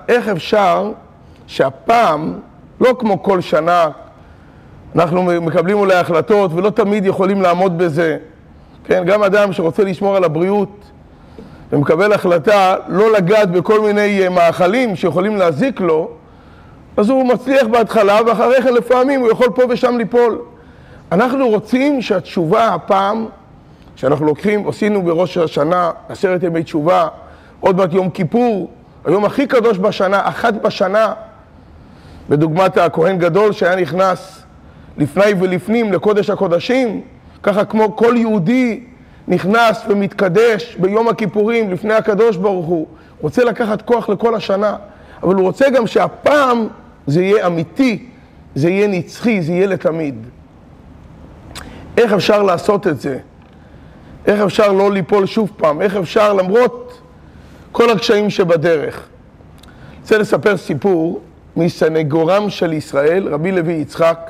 איך אפשר שהפעם, לא כמו כל שנה, אנחנו מקבלים אולי החלטות ולא תמיד יכולים לעמוד בזה. כן, גם אדם שרוצה לשמור על הבריאות ומקבל החלטה לא לגעת בכל מיני מאכלים שיכולים להזיק לו, אז הוא מצליח בהתחלה, ואחרי כן לפעמים הוא יכול פה ושם ליפול. אנחנו רוצים שהתשובה הפעם, שאנחנו לוקחים, עשינו בראש השנה 10 ימי תשובה, עוד מעט יום כיפור, היום הכי קדוש בשנה, אחת בשנה, בדוגמת הכהן גדול שהיה נכנס לפני ולפנים לקודש הקודשים, ככה כמו כל יהודי נכנס ומתקדש ביום הכיפורים לפני הקדוש ברוך הוא, רוצה לקחת כוח לכל השנה, אבל הוא רוצה גם שהפעם זה יהיה אמיתי, זה יהיה נצחי, זה יהיה לתמיד. איך אפשר לעשות את זה? איך אפשר לא ליפול שוב פעם? איך אפשר למרות כל הקשיים שבדרך? אני רוצה לספר סיפור מסנגורם של ישראל, רבי לוי יצחק,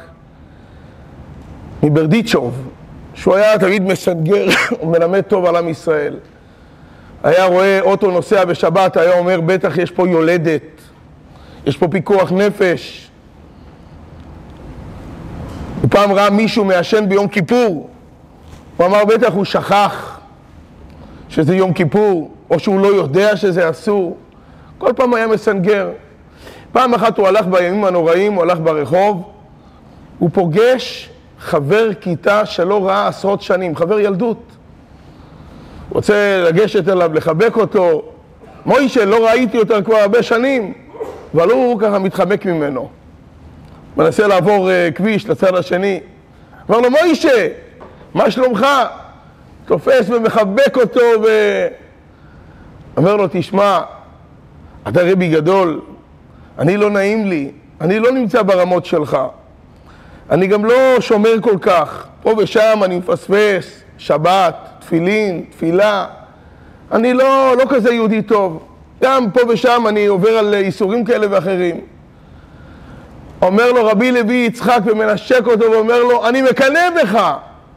מברדיצ'וב, שהוא היה תמיד מסנגר ומלמד טוב על עם ישראל. היה רואה אוטו נוסע בשבת, היה אומר, בטח יש פה יולדת, יש פה פיקוח נפש. ופעם ראה מישהו מעשן ביום כיפור, הוא אמר, בטח הוא שכח שזה יום כיפור, או שהוא לא יודע שזה אסור. כל פעם היה מסנגר. פעם אחת הוא הלך בימים הנוראים, הוא הלך ברחוב, הוא פוגש חבר כיתה שלא ראה עשרות שנים, חבר ילדות. הוא רוצה לגשת אליו, לחבק אותו. מוישה, לא ראיתי יותר כבר הרבה שנים, אבל הוא ככה מתחמק ממנו. מנסה לעבור כביש לצד השני. אמר לו, מוישה, מה שלומך? תופס ומחבק אותו אומר לו, תשמע, אתה רבי גדול, אני לא נעים לי, אני לא נמצא ברמות שלך. אני גם לא שומר כל כך. פה ושם אני מפספס, שבת, תפילין, תפילה. אני לא כזה יהודי טוב. גם פה ושם אני עובר על איסורים כאלה ואחרים. אומר לו רבי לוי יצחק ומנשק אותו ואומר לו, אני מקנא בך.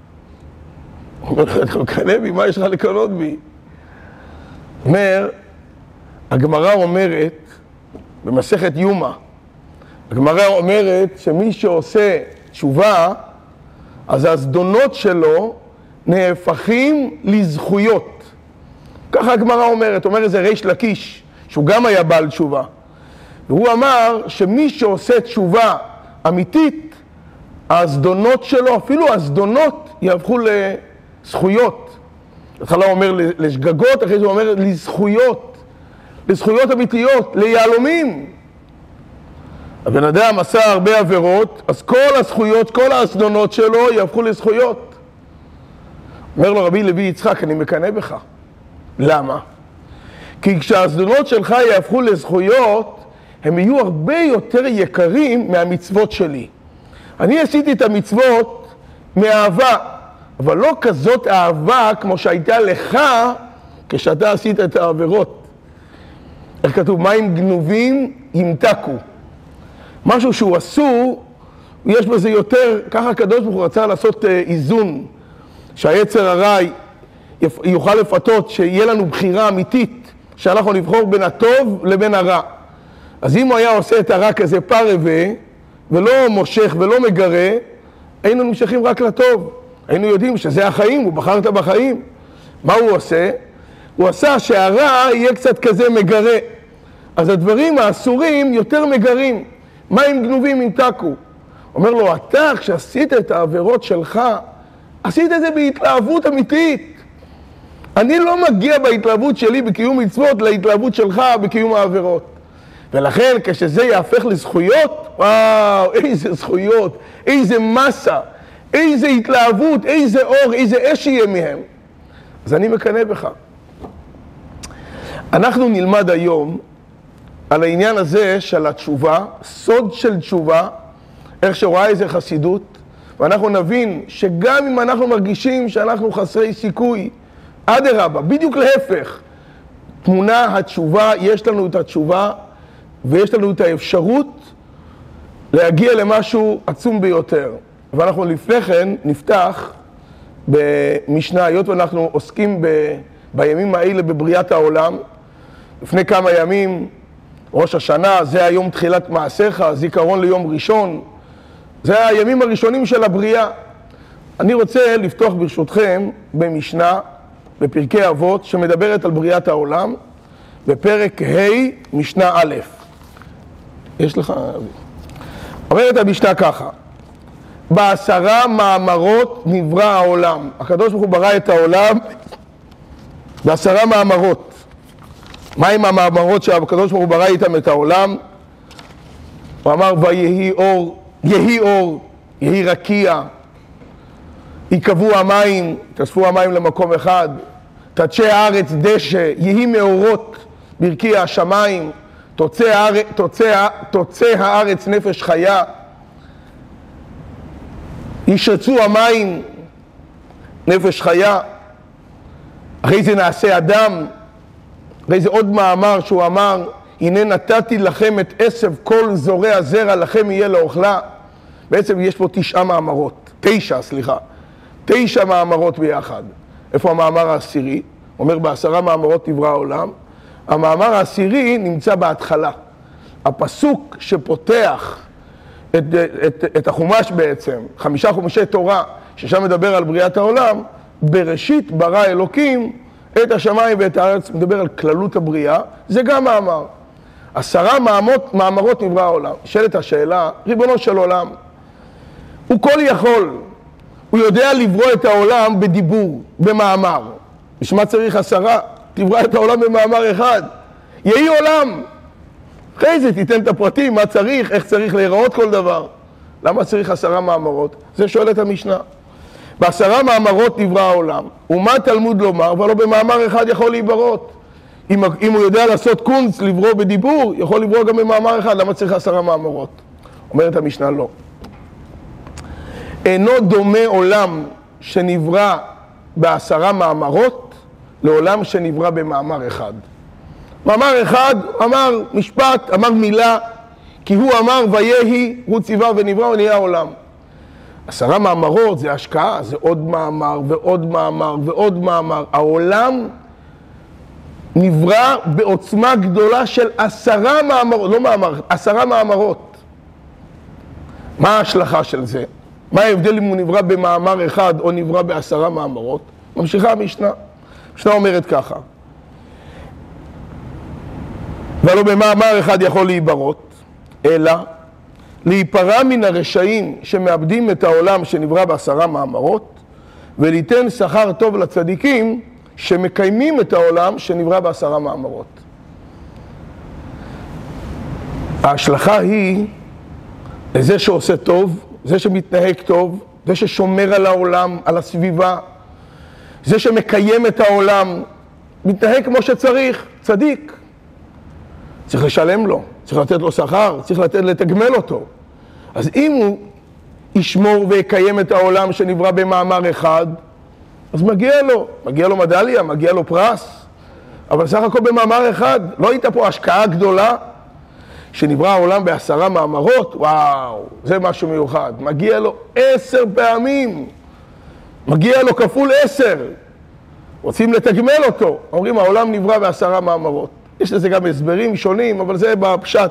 אומר לו, אתה מקנא בי? מה יש לך לקנות בי? אומר, הגמרא אומרת, במסכת יומא, הגמרא אומרת שמי שעושה תשובה, אז הזדונות שלו נהפכים לזכויות. ככה הגמרא אומרת, אומרת זה ריש לקיש, שהוא גם היה בעל תשובה. והוא אמר שמי שעושה תשובה אמיתית, הזדונות שלו, אפילו הזדונות יהפכו לזכויות. התחלה הוא אומר לשגגות, אחרי זה הוא אומר לזכויות, לזכויות אמיתיות, ליהלומים. הבן אדם עשה הרבה עבירות, אז כל הזכויות, כל הזדונות שלו יהפכו לזכויות. אומר לו רבי לוי יצחק, אני מקנא בך. למה? כי כשהזדונות שלך יהפכו לזכויות, הם יהיו הרבה יותר יקרים מהמצוות שלי. אני עשיתי את המצוות מאהבה, אבל לא כזאת אהבה כמו שהייתה לך כשאתה עשית את העבירות. איך כתוב? מים גנובים ימתקו. משהו שהוא אסור, יש בזה יותר, ככה הקדוש ברוך הוא רצה לעשות איזון, שהיצר הרע יוכל לפתות, שיהיה לנו בחירה אמיתית, שאנחנו נבחור בין הטוב לבין הרע. אז אם הוא היה עושה את הרע כזה פרווה, ולא מושך ולא מגרה, היינו נמשכים רק לטוב. היינו יודעים שזה החיים, הוא בחרת בחיים. מה הוא עושה? הוא עשה שהרע יהיה קצת כזה מגרה. אז הדברים האסורים יותר מגרים. מים גנובים ימתקו. אומר לו, אתה כשעשית את העבירות שלך, עשית את זה בהתלהבות אמיתית. אני לא מגיע בהתלהבות שלי בקיום מצוות להתלהבות שלך בקיום העבירות. ולכן כשזה יהפך לזכויות, וואו, איזה זכויות, איזה מסה, איזה התלהבות, איזה אור, איזה אש יהיה מהם. אז אני מקנא בך. אנחנו נלמד היום על העניין הזה של התשובה, סוד של תשובה, איך שרואה איזה חסידות, ואנחנו נבין שגם אם אנחנו מרגישים שאנחנו חסרי סיכוי, אדרבה, בדיוק להפך, תמונה התשובה, יש לנו את התשובה, ויש לנו את האפשרות להגיע למשהו עצום ביותר. ואנחנו לפני כן נפתח במשנה, היות ואנחנו עוסקים בימים האלה בבריאת העולם. לפני כמה ימים ראש השנה, זה היום תחילת מעשיך, זיכרון ליום ראשון. זה הימים הראשונים של הבריאה. אני רוצה לפתוח ברשותכם במשנה, בפרקי אבות, שמדברת על בריאת העולם, בפרק ה' משנה א'. יש לך... אומרת המשנה ככה, ב10 מאמרות נברא העולם. הקדוש ברוך הוא ברא את העולם ב10 מאמרות. מה עם המאמרות שהקדוש ברוך הוא ברא איתם את העולם? הוא אמר, ויהי אור, יהי אור, יהי רקיע, יקבעו המים, תאספו המים למקום אחד, תדשא הארץ דשא, יהי מאורות ברקיע השמיים, תוצא הארץ נפש חיה, ישרצו המים נפש חיה. אחרי זה נעשה אדם. אחרי זה עוד מאמר שהוא אמר, הנה נתתי לכם את עשב כל זורע זרע, לכם יהיה לאוכלה. בעצם יש פה 9 מאמרות, 9 מאמרות ביחד. איפה המאמר העשירי? אומר ב10 מאמרות נברא העולם. המאמר העשירי נמצא בהתחלה. הפסוק שפותח את החומש בעצם, 5 חומשי תורה, ששם מדבר על בריאת העולם, בראשית ברא אלוקים את השמיים ואת הארץ, מדבר על כללות הבריאה, זה גם מאמר. 10 מאמרות נברא העולם. שאלת השאלה, ריבונו של עולם, הוא כל יכול, הוא יודע לברוא את העולם בדיבור, במאמר. בשביל מה צריך 10? תברא את העולם במאמר אחד. יהי עולם. אחרי זה תיתן את הפרטים, מה צריך, איך צריך להיראות כל דבר. למה צריך 10 מאמרות? זה שואלת המשנה. ב10 מאמרות נברא העולם. ומה תלמוד לומר? אבל לא במאמר אחד יכול להיברות. אם הוא יודע לעשות קונץ, לברוא בדיבור, יכול לברוא גם במאמר אחד. למה צריך 10 מאמרות? אומרת המשנה לא. אינו דומה עולם שנברא ב10 מאמרות לעולם שנברא במאמר אחד. מאמר אחד אמר משפט, אמר מילה, כי הוא אמר ויהי, הוא ציווה ונברא ונהיה העולם. 10 מאמרות זה השקעה, זה עוד מאמר ועוד מאמר ועוד מאמר. העולם נברא בעוצמה גדולה של 10 מאמרות, לא מאמר, 10 מאמרות. מה ההשלכה של זה? מה ההבדל אם הוא נברא במאמר אחד או נברא ב10 מאמרות? ממשיכה המשנה. המשנה אומרת ככה, ולא במאמר אחד יכול להיברות, אלא להיפרע מן הרשעים שמאבדים את העולם שנברא ב10 מאמרות, וליתן שכר טוב לצדיקים שמקיימים את העולם שנברא ב10 מאמרות. ההשלכה היא לזה שעושה טוב, זה שמתנהג טוב, זה ששומר על העולם, על הסביבה, זה שמקיים את העולם, מתנהג כמו שצריך, צדיק. צריך לשלם לו, צריך לתת לו שכר, צריך לתגמל אותו. אז אם הוא ישמור ויקיים את העולם שנברא במאמר אחד, אז מגיע לו מדליה, מגיע לו פרס. אבל סך הכל במאמר אחד, לא הייתה פה השקעה גדולה, שנברא העולם ב10 מאמרות, וואו, זה משהו מיוחד. מגיע לו 10 פעמים, מגיע לו כפול 10. רוצים לתגמל אותו, אומרים העולם נברא ב10 מאמרות. יש לזה גם הסברים שונים, אבל זה בפשט.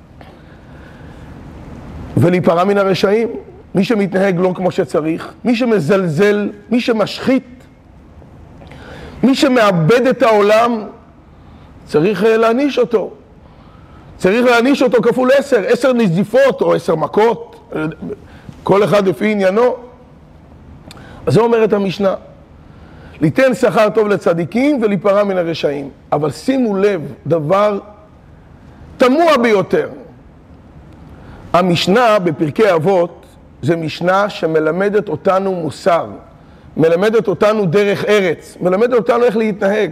ולהיפרע מן הרשעים, מי שמתנהג לא כמו שצריך, מי שמזלזל, מי שמשחית, מי שמאבד את העולם, צריך להעניש אותו. צריך להעניש אותו כפול 10, 10 נזיפות או 10 מכות, כל אחד לפי עניינו. אז זה אומרת המשנה, ליתן שכר טוב לצדיקים ולהיפרע מן הרשעים. אבל שימו לב, דבר תמוה ביותר. המשנה בפרקי אבות זה משנה שמלמדת אותנו מוסר, מלמדת אותנו דרך ארץ, מלמדת אותנו איך להתנהג.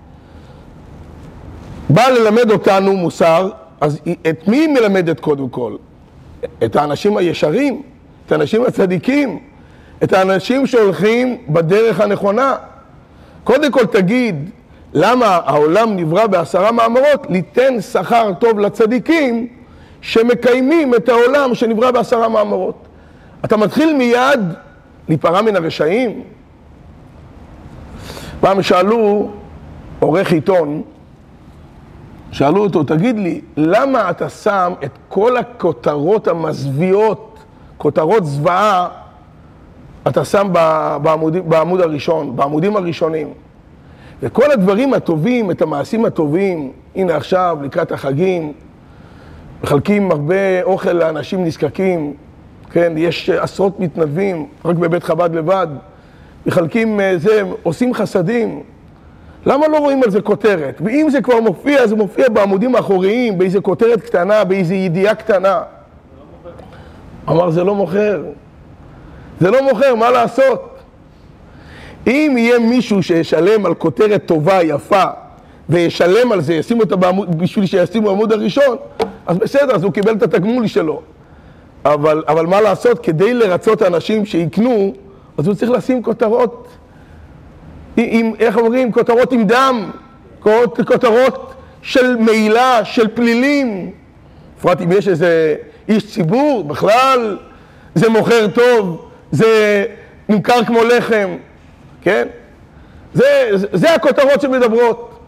בא ללמד אותנו מוסר, אז את מי היא מלמדת קודם כל? את האנשים הישרים, את האנשים הצדיקים, את האנשים שהולכים בדרך הנכונה. קודם כל תגיד, למה העולם נברא ב10 מאמרות? ליתן שכר טוב לצדיקים שמקיימים את העולם שנברא ב10 מאמרות. אתה מתחיל מיד להיפרע מן הרשעים. פעם שאלו עורך עיתון, שאלו אותו, תגיד לי, למה אתה שם את כל הכותרות המזוויעות, כותרות זוועה, אתה שם בעמוד הראשון, בעמודים הראשונים? וכל הדברים הטובים, את המעשים הטובים, הנה עכשיו, לקראת החגים, מחלקים הרבה אוכל לאנשים נזקקים, כן, יש עשרות מתנדבים, רק בבית חב"ד לבד, מחלקים זה, עושים חסדים. למה לא רואים על זה כותרת? ואם זה כבר מופיע, זה מופיע בעמודים האחוריים, באיזה כותרת קטנה, באיזה ידיעה קטנה. אמר, זה לא מוכר. זה לא מוכר, מה לעשות? אם יהיה מישהו שישלם על כותרת טובה, יפה, וישלם על זה, ישימו אותה בשביל שישימו בעמוד הראשון, אז בסדר, אז הוא קיבל את התגמול שלו. אבל מה לעשות? כדי לרצות אנשים שיקנו, אז הוא צריך לשים כותרות, איך אומרים? כותרות עם דם, כותרות של מעילה, של פלילים. בפרט אם יש איזה איש ציבור, בכלל זה מוכר טוב, זה נמכר כמו לחם, כן? זה הכותרות שמדברות.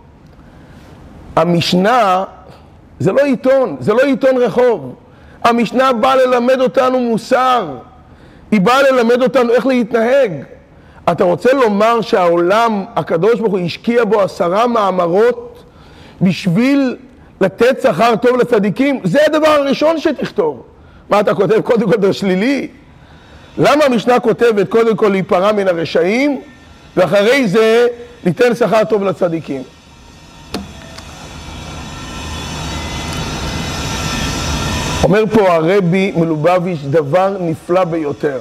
המשנה זה לא עיתון, זה לא עיתון רחוב. המשנה באה ללמד אותנו מוסר, היא באה ללמד אותנו איך להתנהג. אתה רוצה לומר שהעולם, הקדוש ברוך הוא השקיע בו 10 מאמרות בשביל לתת שכר טוב לצדיקים? זה הדבר הראשון שתכתוב. מה אתה כותב? קודם כל זה שלילי. למה המשנה כותבת קודם כל להיפרע מן הרשעים, ואחרי זה ניתן שכר טוב לצדיקים? אומר פה הרבי מלובביץ' דבר נפלא ביותר.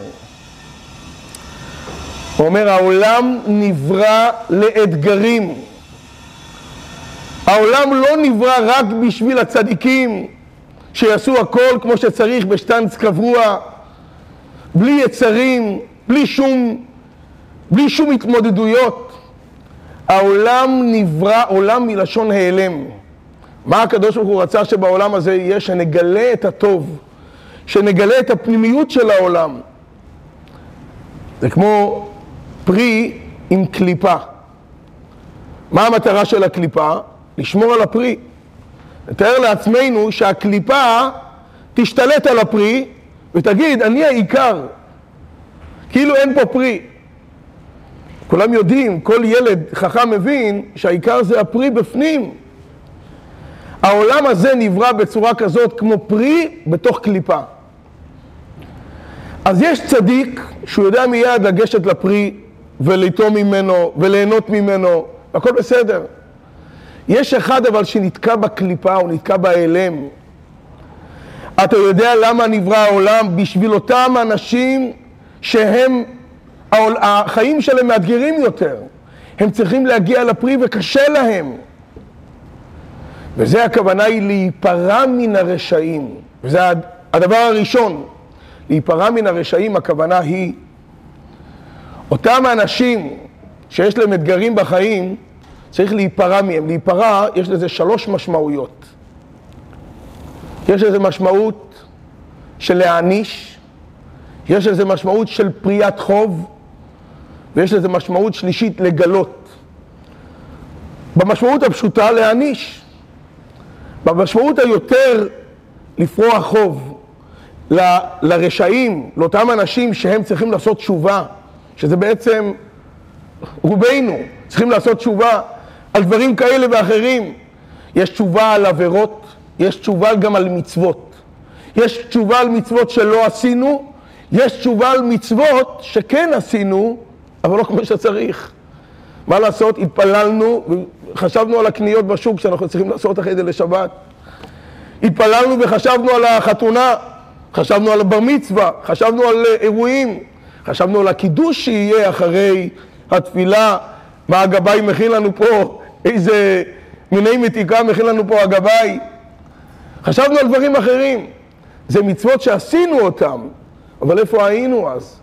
הוא אומר, העולם נברא לאתגרים. העולם לא נברא רק בשביל הצדיקים שיעשו הכל כמו שצריך בשטנץ קבוע, בלי יצרים, בלי שום התמודדויות. העולם נברא, עולם מלשון העלם. מה הקדוש ברוך הוא רצה שבעולם הזה יהיה? שנגלה את הטוב, שנגלה את הפנימיות של העולם. זה כמו פרי עם קליפה. מה המטרה של הקליפה? לשמור על הפרי. נתאר לעצמנו שהקליפה תשתלט על הפרי ותגיד, אני העיקר. כאילו אין פה פרי. כולם יודעים, כל ילד חכם מבין שהעיקר זה הפרי בפנים. העולם הזה נברא בצורה כזאת כמו פרי בתוך קליפה. אז יש צדיק שהוא יודע מיד לגשת לפרי ולטום ממנו וליהנות ממנו, הכל בסדר. יש אחד אבל שנתקע בקליפה, הוא נתקע בהיעלם. אתה יודע למה נברא העולם? בשביל אותם אנשים שהם, החיים שלהם מאתגרים יותר. הם צריכים להגיע לפרי וקשה להם. וזה הכוונה היא להיפרע מן הרשעים. וזה הדבר הראשון. להיפרע מן הרשעים, הכוונה היא, אותם האנשים שיש להם אתגרים בחיים, צריך להיפרע מהם. להיפרע, יש לזה 3 משמעויות. יש לזה משמעות של להעניש, יש לזה משמעות של פריאת חוב, ויש לזה משמעות שלישית לגלות. במשמעות הפשוטה להעניש. במשמעות היותר לפרוע חוב לרשעים, לאותם אנשים שהם צריכים לעשות תשובה, שזה בעצם רובנו צריכים לעשות תשובה על דברים כאלה ואחרים. יש תשובה על עבירות, יש תשובה גם על מצוות. יש תשובה על מצוות שלא עשינו, יש תשובה על מצוות שכן עשינו, אבל לא כמו שצריך. מה לעשות? התפללנו וחשבנו על הקניות בשוק שאנחנו צריכים לעשות אחרי זה לשבת. התפללנו וחשבנו על החתונה, חשבנו על הבר מצווה, חשבנו על אירועים, חשבנו על הקידוש שיהיה אחרי התפילה. מה הגבאי מכין לנו פה? איזה מיני מתיקה מכין לנו פה הגבאי? חשבנו על דברים אחרים. זה מצוות שעשינו אותם, אבל איפה היינו אז?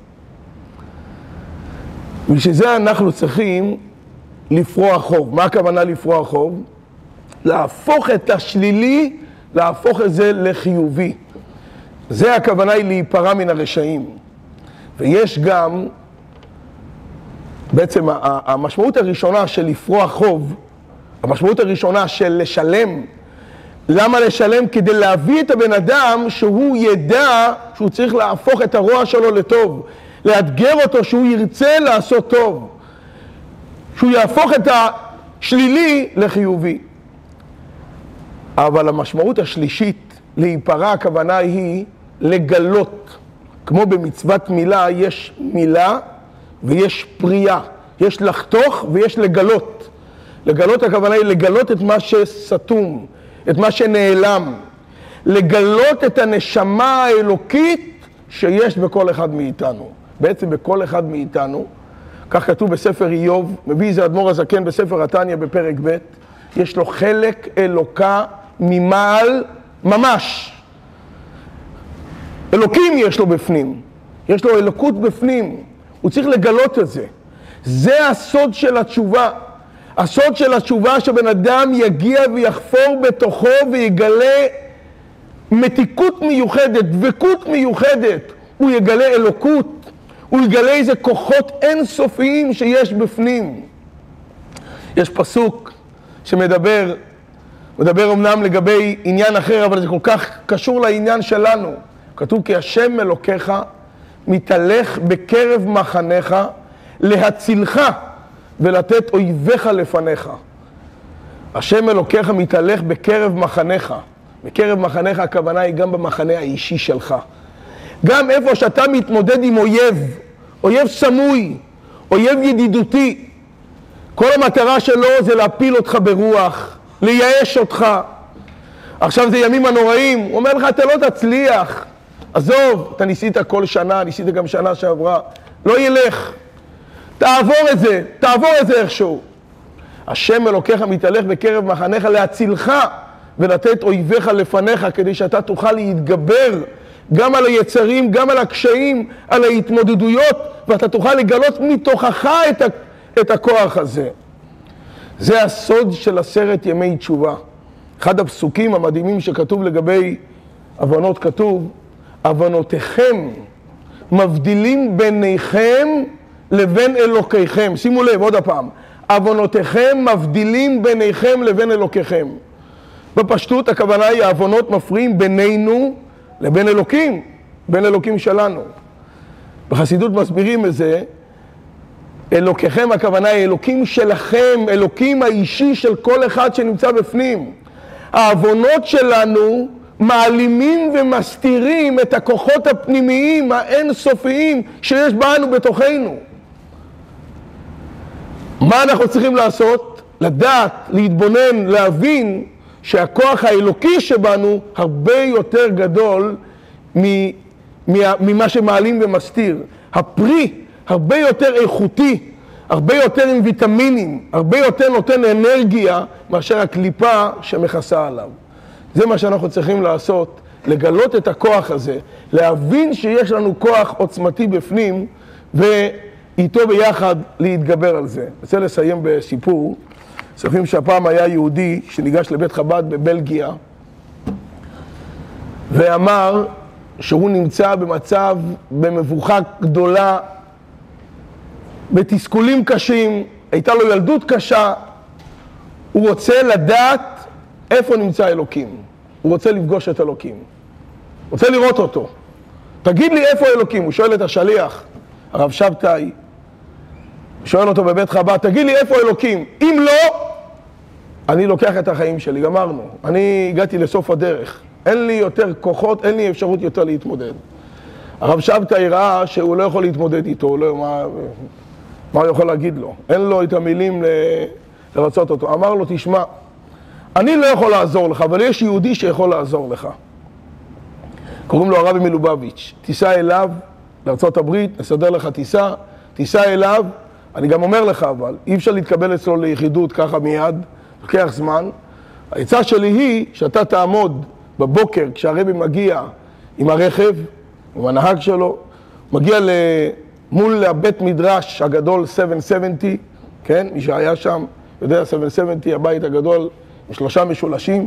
בשביל זה אנחנו צריכים לפרוע חוב. מה הכוונה לפרוע חוב? להפוך את השלילי, להפוך את זה לחיובי. זה הכוונה היא להיפרע מן הרשעים. ויש גם, בעצם המשמעות הראשונה של לפרוע חוב, המשמעות הראשונה של לשלם למה לשלם? כדי להביא את הבן אדם שהוא ידע שהוא צריך להפוך את הרוע שלו לטוב, לאתגר אותו שהוא ירצה לעשות טוב, שהוא יהפוך את השלילי לחיובי. אבל המשמעות השלישית להיפרע, הכוונה היא לגלות. כמו במצוות מילה, יש מילה ויש פרייה, יש לחתוך ויש לגלות. לגלות הכוונה היא לגלות את מה שסתום, את מה שנעלם, לגלות את הנשמה האלוקית שיש בכל אחד מאיתנו. בעצם בכל אחד מאיתנו, כך כתוב בספר איוב, מביא זה אדמו"ר הזקן בספר התניא בפרק ב', יש לו חלק אלוקה ממעל ממש. אלוקים יש לו בפנים, יש לו אלוקות בפנים, הוא צריך לגלות את זה. זה הסוד של התשובה. הסוד של התשובה שבן אדם יגיע ויחפור בתוכו ויגלה מתיקות מיוחדת, דבקות מיוחדת. הוא יגלה אלוקות, הוא יגלה איזה כוחות אינסופיים שיש בפנים. יש פסוק שמדבר אמנם לגבי עניין אחר, אבל זה כל כך קשור לעניין שלנו. כתוב כי השם אלוקיך מתהלך בקרב מחניך להצילך ולתת אויביך לפניך. השם אלוקיך מתהלך בקרב מחניך. בקרב מחניך הכוונה היא גם במחנה האישי שלך. גם איפה שאתה מתמודד עם אויב, אויב סמוי, אויב ידידותי, כל המטרה שלו זה להפיל אותך ברוח, לייאש אותך. עכשיו זה ימים הנוראים, הוא אומר לך אתה לא תצליח, עזוב, אתה ניסית כל שנה, ניסית גם שנה שעברה, לא ילך, תעבור את זה איכשהו. השם אלוקיך מתהלך בקרב מחניך להצילך ולתת אויביך לפניך, כדי שאתה תוכל להתגבר גם על היצרים, גם על הקשיים, על ההתמודדויות, ואתה תוכל לגלות מתוכך את הכוח הזה. זה הסוד של 10 ימי תשובה. אחד הפסוקים המדהימים שכתוב לגבי אבנות, כתוב, אבנותיכם מבדילים ביניכם לבין אלוקיכם. שימו לב, עוד הפעם. אבנותיכם מבדילים ביניכם לבין אלוקיכם. בפשטות הכוונה היא, האבנות מפריעים בינינו לבין אלוקים, בין אלוקים שלנו. בחסידות מסבירים את זה, אלוקיכם הכוונה היא אלוקים שלכם, אלוקים האישי של כל אחד שנמצא בפנים. האבונות שלנו מעלימים ומסתירים את הכוחות הפנימיים האינסופיים שיש בנו בתוכנו. מה אנחנו צריכים לעשות? לדעת, להתבונן, להבין שהכוח האלוקי שבנו הרבה יותר גדול ממה שמעלים ומסתיר. הפרי הרבה יותר איכותי, הרבה יותר עם ויטמינים, הרבה יותר נותן אנרגיה מאשר הקליפה שמכסה עליו. זה מה שאנחנו צריכים לעשות, לגלות את הכוח הזה, להבין שיש לנו כוח עוצמתי בפנים ואיתו ביחד להתגבר על זה. אני רוצה לסיים בסיפור. זוכרים שהפעם היה יהודי שניגש לבית חב"ד בבלגיה ואמר שהוא נמצא במצב, במבוכה גדולה, בתסכולים קשים, הייתה לו ילדות קשה, הוא רוצה לדעת איפה נמצא אלוקים, הוא רוצה לפגוש את אלוקים, רוצה לראות אותו. תגיד לי איפה אלוקים? הוא שואל את השליח, הרב שבתאי, שואל אותו בבית חב"ד, תגיד לי איפה אלוקים? אם לא, אני לוקח את החיים שלי, גמרנו. אני הגעתי לסוף הדרך. אין לי יותר כוחות, אין לי אפשרות יותר להתמודד. הרב שבתאי ראה שהוא לא יכול להתמודד איתו, לא, מה הוא יכול להגיד לו? אין לו את המילים לרצות אותו. אמר לו, תשמע, אני לא יכול לעזור לך, אבל יש יהודי שיכול לעזור לך. קוראים לו הרבי מלובביץ'. תיסע אליו לארצות הברית, נסדר לך תיסע אליו. אני גם אומר לך, אבל אי אפשר להתקבל אצלו ליחידות ככה מיד, לוקח זמן. העצה שלי היא שאתה תעמוד בבוקר כשהרבי מגיע עם הרכב, עם הנהג שלו, מגיע מול הבית מדרש הגדול 770, כן? מי שהיה שם יודע 770, הבית הגדול עם 3 משולשים,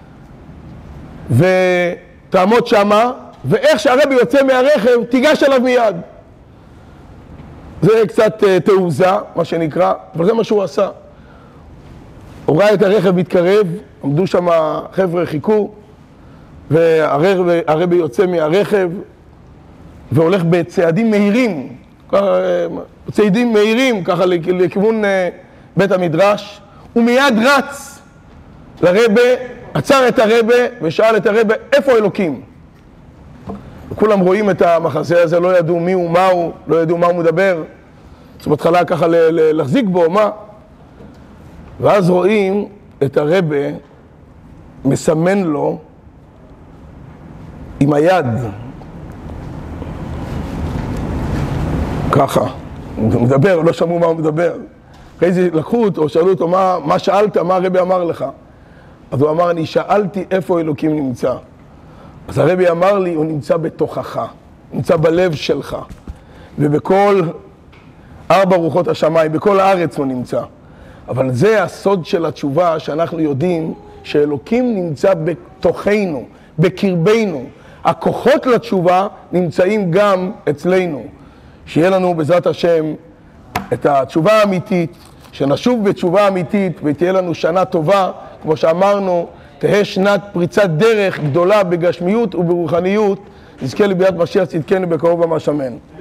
ותעמוד שמה, ואיך שהרבי יוצא מהרכב, תיגש אליו מיד. זה קצת תעוזה, מה שנקרא, אבל זה מה שהוא עשה. הוא ראה את הרכב מתקרב, עמדו שם חבר'ה חיכו, והרבי יוצא מהרכב והולך בצעדים מהירים, צעדים מהירים ככה לכיוון בית המדרש, הוא מיד רץ לרבי, עצר את הרבי ושאל את הרבי איפה אלוקים? כולם רואים את המחזה הזה, לא ידעו מי הוא, מה הוא, לא ידעו מה הוא מדבר. אז בהתחלה ככה להחזיק בו, מה? ואז רואים את הרבי מסמן לו עם היד. ככה. הוא מדבר, לא שמעו מה הוא מדבר. אחרי זה לקחו אותו, שאלו אותו, מה שאלת, מה הרבי אמר לך? אז הוא אמר, אני שאלתי איפה אלוקים נמצא. אז הרבי אמר לי, הוא נמצא בתוכך, נמצא בלב שלך, ובכל 4 רוחות השמיים, בכל הארץ הוא נמצא. אבל זה הסוד של התשובה, שאנחנו יודעים שאלוקים נמצא בתוכנו, בקרבנו. הכוחות לתשובה נמצאים גם אצלנו. שיהיה לנו בעזרת השם את התשובה האמיתית, שנשוב בתשובה אמיתית ותהיה לנו שנה טובה, כמו שאמרנו, תהיה שנת פריצת דרך גדולה בגשמיות וברוחניות, נזכה לביאת משיח צדקנו בקרוב ממש אמן.